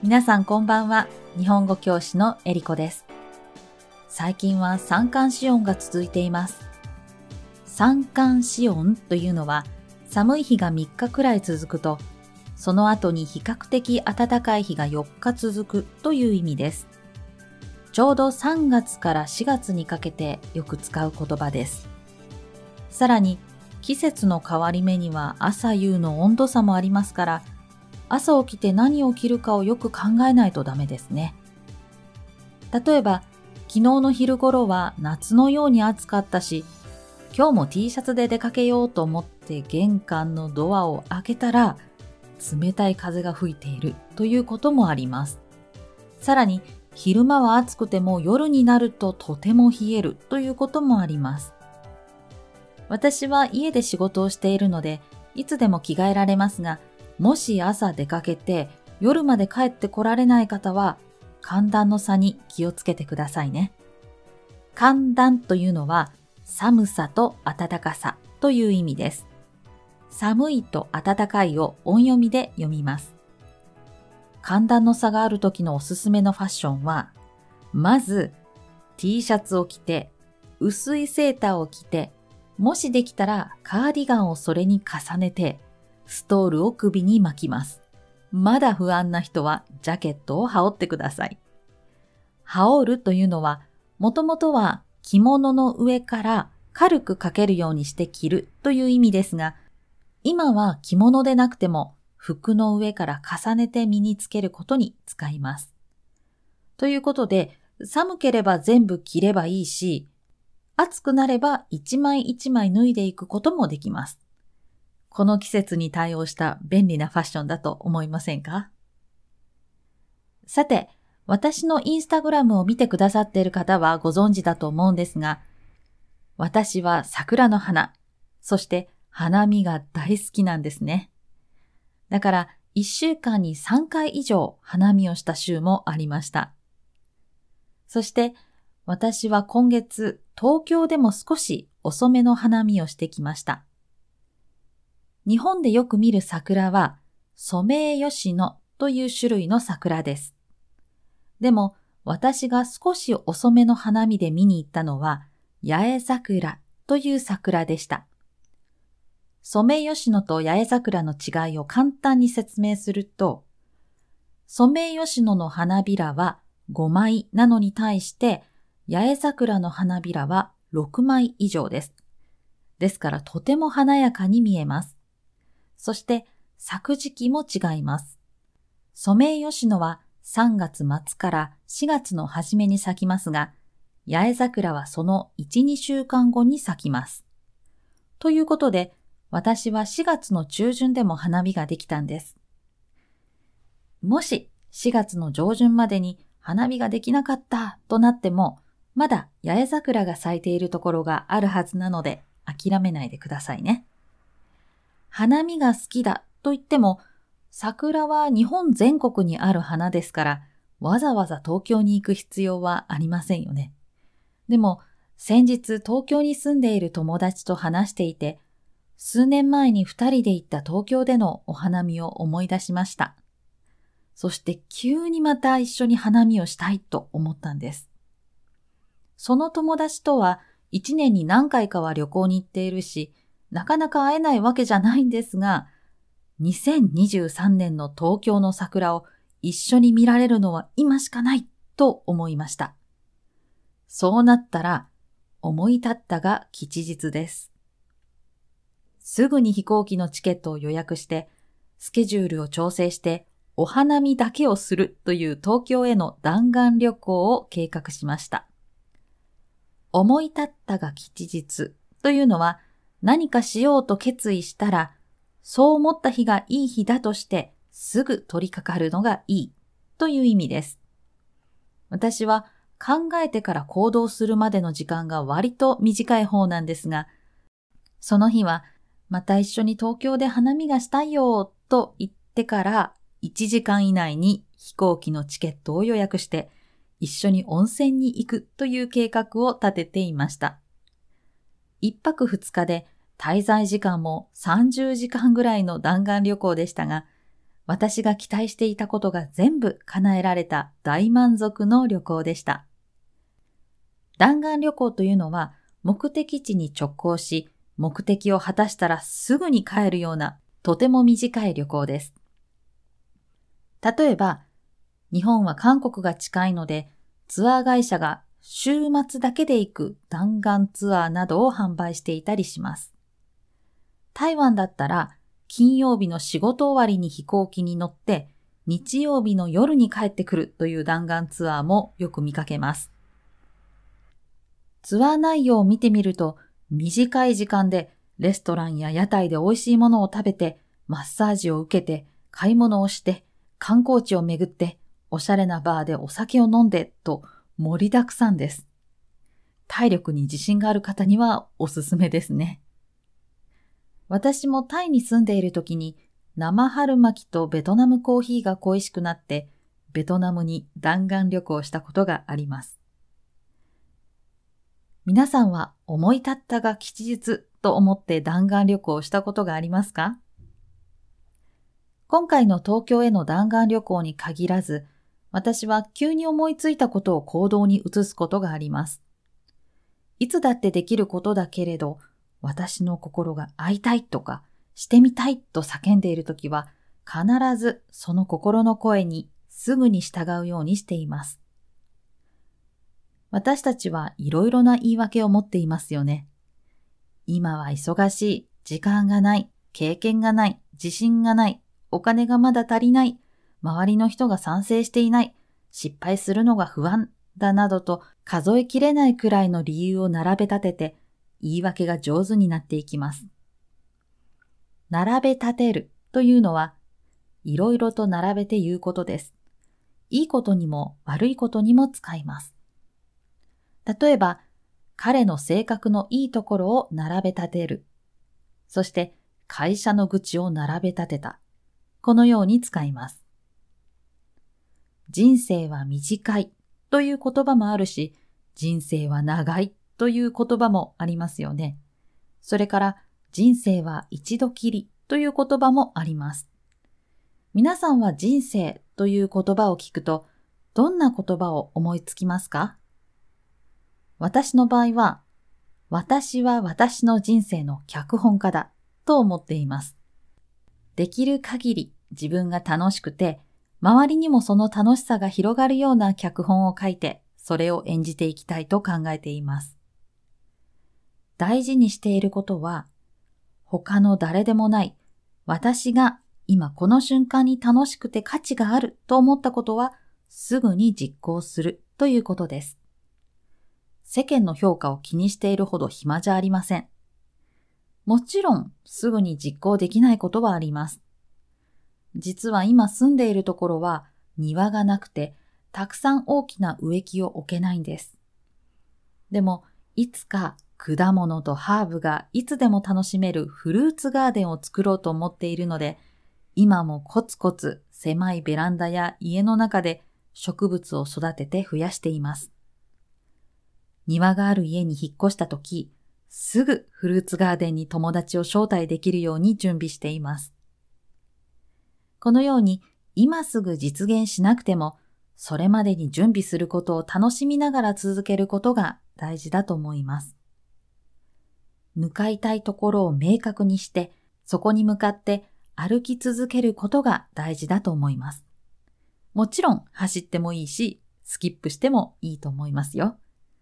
皆さんこんばんは。日本語教師のえりこです。最近は三寒四温が続いています。三寒四温というのは寒い日が3日くらい続くと、その後に比較的暖かい日が4日続くという意味です。ちょうど3月から4月にかけてよく使う言葉です。さらに季節の変わり目には朝夕の温度差もありますから、朝起きて何を着るかをよく考えないとダメですね。例えば、昨日の昼頃は夏のように暑かったし、今日も T シャツで出かけようと思って玄関のドアを開けたら、冷たい風が吹いているということもあります。さらに、昼間は暑くても夜になるととても冷えるということもあります。私は家で仕事をしているので、いつでも着替えられますが、もし朝出かけて夜まで帰ってこられない方は寒暖の差に気をつけてくださいね。寒暖というのは寒さと暖かさという意味です。寒いと暖かいを音読みで読みます。寒暖の差がある時のおすすめのファッションは、まず T シャツを着て、薄いセーターを着て、もしできたらカーディガンをそれに重ねて、ストールを首に巻きます。まだ不安な人はジャケットを羽織ってください。羽織るというのは、もともとは着物の上から軽くかけるようにして着るという意味ですが、今は着物でなくても服の上から重ねて身につけることに使います。ということで、寒ければ全部着ればいいし、暑くなれば一枚一枚脱いでいくこともできます。この季節に対応した便利なファッションだと思いませんか？さて、私のインスタグラムを見てくださっている方はご存知だと思うんですが、私は桜の花、そして花見が大好きなんですね。だから1週間に3回以上花見をした週もありました。そして私は今月東京でも少し遅めの花見をしてきました。日本でよく見る桜はソメイヨシノという種類の桜です。でも私が少し遅めの花見で見に行ったのは八重桜という桜でした。ソメイヨシノと八重桜の違いを簡単に説明すると、ソメイヨシノの花びらは5枚なのに対して八重桜の花びらは6枚以上です。ですからとても華やかに見えます。そして咲く時期も違います。ソメイヨシノは3月末から4月の初めに咲きますが、八重桜はその1、2週間後に咲きます。ということで、私は4月の中旬でも花見ができたんです。もし4月の上旬までに花見ができなかったとなっても、まだ八重桜が咲いているところがあるはずなので諦めないでくださいね。花見が好きだと言っても、桜は日本全国にある花ですから、わざわざ東京に行く必要はありませんよね。でも、先日東京に住んでいる友達と話していて、数年前に2人で行った東京でのお花見を思い出しました。そして急にまた一緒に花見をしたいと思ったんです。その友達とは1年に何回かは旅行に行っているし、なかなか会えないわけじゃないんですが、2023年の東京の桜を一緒に見られるのは今しかないと思いました。そうなったら、思い立ったが吉日です。すぐに飛行機のチケットを予約して、スケジュールを調整して、お花見だけをするという東京への弾丸旅行を計画しました。思い立ったが吉日というのは、何かしようと決意したら、そう思った日がいい日だとしてすぐ取り掛かるのがいいという意味です。私は考えてから行動するまでの時間が割と短い方なんですが、その日はまた一緒に東京で花見がしたいよと言ってから1時間以内に飛行機のチケットを予約して一緒に温泉に行くという計画を立てていました。1泊2日で滞在時間も30時間ぐらいの弾丸旅行でしたが、 私が期待していたことが全部叶えられた大満足の旅行でした。弾丸旅行というのは目的地に直行し、目的を果たしたらすぐに帰るようなとても短い旅行です。例えば、日本は韓国が近いので、ツアー会社が週末だけで行く弾丸ツアーなどを販売していたりします。台湾だったら、金曜日の仕事終わりに飛行機に乗って、日曜日の夜に帰ってくるという弾丸ツアーもよく見かけます。ツアー内容を見てみると、短い時間でレストランや屋台で美味しいものを食べて、マッサージを受けて、買い物をして、観光地を巡って、おしゃれなバーでお酒を飲んでと盛りだくさんです。体力に自信がある方にはおすすめですね。私もタイに住んでいる時に生春巻きとベトナムコーヒーが恋しくなってベトナムに弾丸旅行したことがあります。皆さんは思い立ったが吉日と思って弾丸旅行をしたことがありますか？今回の東京への弾丸旅行に限らず、私は急に思いついたことを行動に移すことがあります。いつだってできることだけれど、私の心が会いたいとか、してみたいと叫んでいるときは、必ずその心の声にすぐに従うようにしています。私たちはいろいろな言い訳を持っていますよね。今は忙しい、時間がない、経験がない、自信がない、お金がまだ足りない、周りの人が賛成していない、失敗するのが不安だなどと数えきれないくらいの理由を並べ立てて、言い訳が上手になっていきます。並べ立てるというのは、いろいろと並べて言うことです。いいことにも悪いことにも使います。例えば、彼の性格のいいところを並べ立てる。そして、会社の愚痴を並べ立てた。このように使います。人生は短いという言葉もあるし、人生は長いという言葉もありますよね。それから人生は一度きりという言葉もあります。皆さんは人生という言葉を聞くと、どんな言葉を思いつきますか？私の場合は、私は私の人生の脚本家だと思っています。できる限り自分が楽しくて、周りにもその楽しさが広がるような脚本を書いて、それを演じていきたいと考えています。大事にしていることは、他の誰でもない、私が今この瞬間に楽しくて価値があると思ったことは、すぐに実行するということです。世間の評価を気にしているほど暇じゃありません。もちろん、すぐに実行できないことはあります。実は今住んでいるところは庭がなくて、たくさん大きな植木を置けないんです。でも、いつか果物とハーブがいつでも楽しめるフルーツガーデンを作ろうと思っているので、今もコツコツ狭いベランダや家の中で植物を育てて増やしています。庭がある家に引っ越したとき、すぐフルーツガーデンに友達を招待できるように準備しています。このように今すぐ実現しなくても、それまでに準備することを楽しみながら続けることが大事だと思います。向かいたいところを明確にして、そこに向かって歩き続けることが大事だと思います。もちろん走ってもいいし、スキップしてもいいと思いますよ。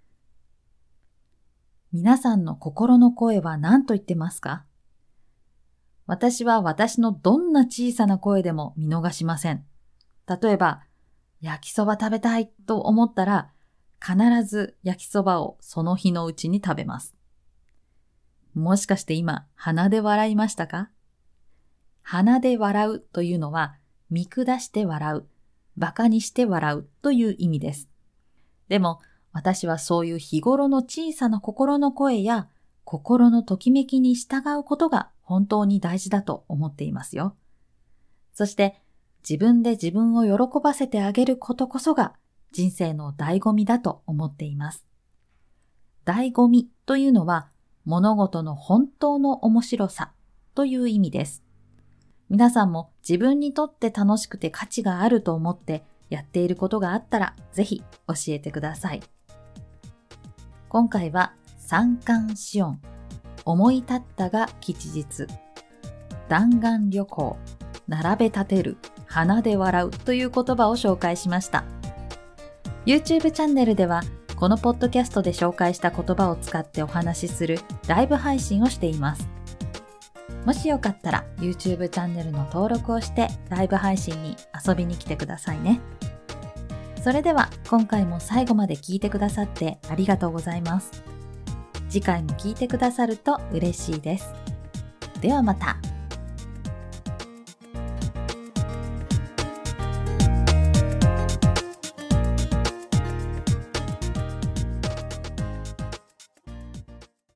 皆さんの心の声は何と言ってますか？私は私のどんな小さな声でも見逃しません。例えば、焼きそば食べたいと思ったら、必ず焼きそばをその日のうちに食べます。もしかして今、鼻で笑いましたか？鼻で笑うというのは、見下して笑う、馬鹿にして笑うという意味です。でも、私はそういう日頃の小さな心の声や心のときめきに従うことが本当に大事だと思っていますよ。そして自分で自分を喜ばせてあげることこそが人生の醍醐味だと思っています。醍醐味というのは物事の本当の面白さという意味です。 皆さんも自分にとって楽しくて価値があると思ってやっていることがあったらぜひ教えてください。今回は三寒四温、思い立ったが吉日、弾丸旅行、並べ立てる、鼻で笑うという言葉を紹介しました。YouTube チャンネルではこのポッドキャストで紹介した言葉を使ってお話しするライブ配信をしています。もしよかったら YouTube チャンネルの登録をしてライブ配信に遊びに来てくださいね。それでは今回も最後まで聞いてくださってありがとうございます。次回も聞いてくださると嬉しいです。ではまた。